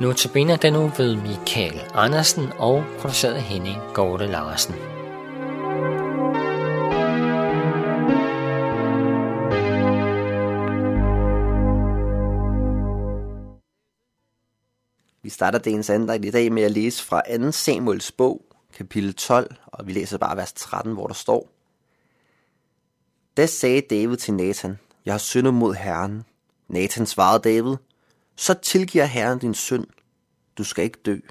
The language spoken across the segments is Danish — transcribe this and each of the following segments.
Notabene den nu ved Michael Andersen og produceret Henning Gorte Larsen. Vi starter dagens andagt i dag med at læse fra 2. Samuels bog, kapitel 12, og vi læser bare vers 13, hvor der står: Da sagde David til Nathan: Jeg har syndet mod Herren. Nathan svarede David: Så tilgiver Herren din synd. Du skal ikke dø.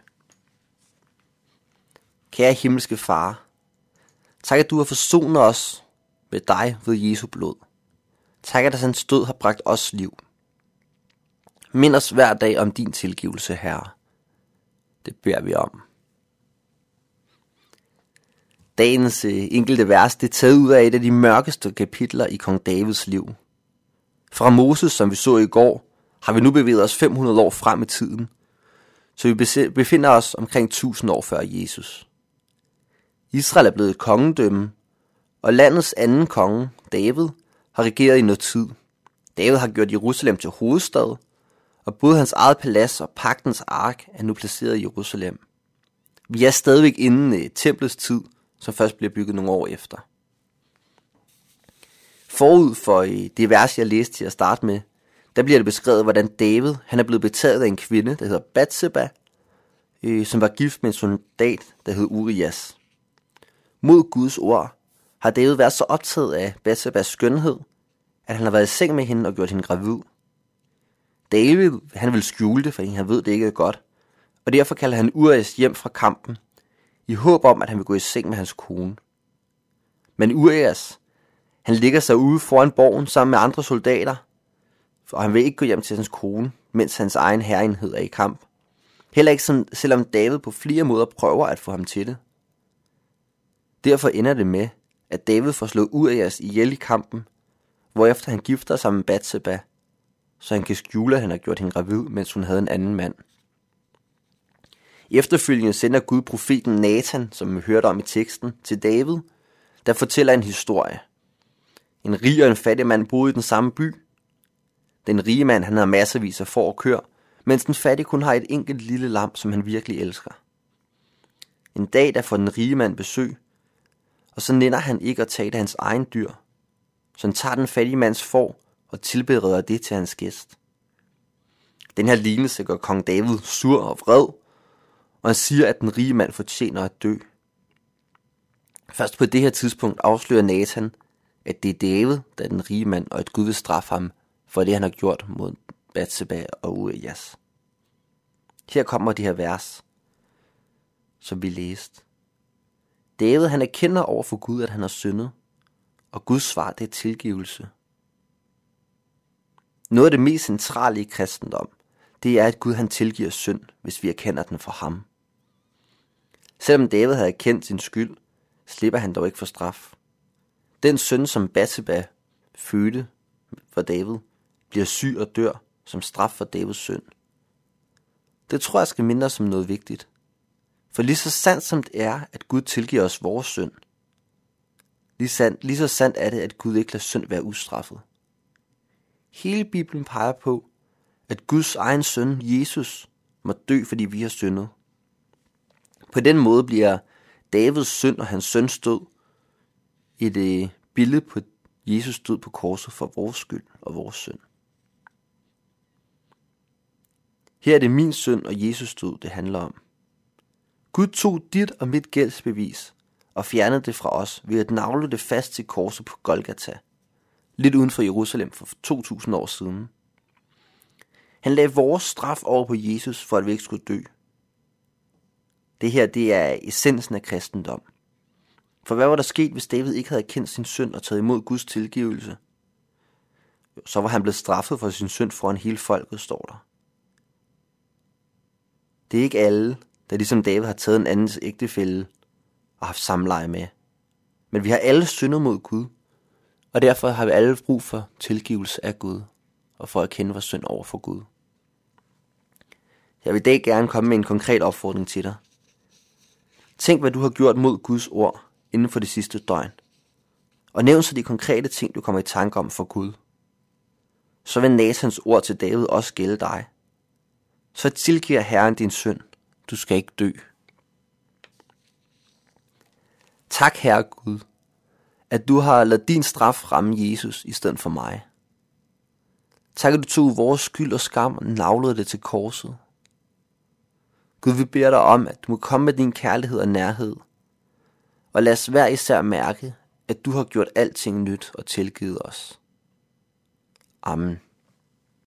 Kære himmelske Far, tak at du har forsonet os med dig ved Jesu blod. Tak at hans død har bragt os liv. Mind os hver dag om din tilgivelse, Herre. Det beder vi om. Dagens enkelte vers, det er taget ud af et af de mørkeste kapitler i kong Davids liv. Fra Moses, som vi så i går, har vi nu bevæget os 500 år frem i tiden, så vi befinder os omkring 1000 år før Jesus. Israel er blevet et kongedømme, og landets anden konge, David, har regeret i noget tid. David har gjort Jerusalem til hovedstad, og både hans eget palads og pagtens ark er nu placeret i Jerusalem. Vi er stadigvæk inde i templets tid, som først bliver bygget nogle år efter. Forud for det vers, jeg læste til at starte med, der bliver det beskrevet, hvordan David han er blevet betaget af en kvinde, der hedder Batseba, som var gift med en soldat, der hed Urias. Mod Guds ord har David været så optaget af Batsebas skønhed, at han har været i seng med hende og gjort hende gravid. David han vil skjule det, fordi han ved, det ikke er godt, og derfor kalder han Urias hjem fra kampen, i håb om, at han vil gå i seng med hans kone. Men Urias, han ligger sig ude foran borgen sammen med andre soldater, og han vil ikke gå hjem til hans kone, mens hans egen herrenhed er i kamp. Heller ikke selvom David på flere måder prøver at få ham til det. Derfor ender det med, at David får slået Urias ihjel i kampen, hvorefter han gifter sig med Batseba, så han kan skjule, at han har gjort hende gravid, mens hun havde en anden mand. Efterfølgende sender Gud profeten Nathan, som vi hørte om i teksten, til David, der fortæller en historie. En rig og en fattig mand boede i den samme by. Den rige mand han har masservis af får og køer, mens den fattige kun har et enkelt lille lam, som han virkelig elsker. En dag der får den rige mand besøg, og så nænder han ikke at tage hans egen dyr. Så han tager den fattige mands får og tilbereder det til hans gæst. Den her lignelse gør kong David sur og vred, og han siger, at den rige mand fortjener at dø. Først på det her tidspunkt afslører Nathan, at det er David, der er den rige mand, og at Gud vil straffe ham for det, han har gjort mod Batseba og Urias. Her kommer de her vers, som vi læste. David han erkender over for Gud, at han har syndet, og Guds svar det er tilgivelse. Noget af det mest centrale i kristendom, det er, at Gud han tilgiver synd, hvis vi erkender den for ham. Selvom David havde erkendt sin skyld, slipper han dog ikke for straf. Den søn, som Batseba fødte for David, bliver syg og dør som straf for Davids synd. Det tror jeg skal minde os om noget vigtigt. For lige så sandt som det er, at Gud tilgiver os vores synd, lige så sandt er det, at Gud ikke lader synd være ustraffet. Hele Bibelen peger på, at Guds egen søn, Jesus, må dø, fordi vi har syndet. På den måde bliver Davids synd og hans søns død et billede på Jesus død på korset for vores skyld og vores synd. Her er det min synd og Jesus død, det handler om. Gud tog dit og mit gældsbevis og fjernede det fra os ved at nagle det fast til korset på Golgata, lidt uden for Jerusalem for 2000 år siden. Han lagde vores straf over på Jesus, for at vi ikke skulle dø. Det her, det er essensen af kristendom. For hvad var der sket, hvis David ikke havde kendt sin synd og taget imod Guds tilgivelse? Så var han blevet straffet for sin synd foran hele folket, står der. Det er ikke alle, der ligesom David har taget en andens ægtefælle og haft samleje med. Men vi har alle syndet mod Gud, og derfor har vi alle brug for tilgivelse af Gud, og for at kende vores synd over for Gud. Jeg vil i dag gerne komme med en konkret opfordring til dig. Tænk, hvad du har gjort mod Guds ord inden for det sidste døgn, og nævn så de konkrete ting, du kommer i tanke om for Gud. Så vil Nathans ord til David også gælde dig. så tilgiver Herren din synd. Du skal ikke dø. Tak, Herre Gud, at du har ladet din straf ramme Jesus i stedet for mig. Tak, at du tog vores skyld og skam og naglede det til korset. Gud, vi beder dig om, at du må komme med din kærlighed og nærhed, og lad os hver især mærke, at du har gjort alting nyt og tilgivet os. Amen.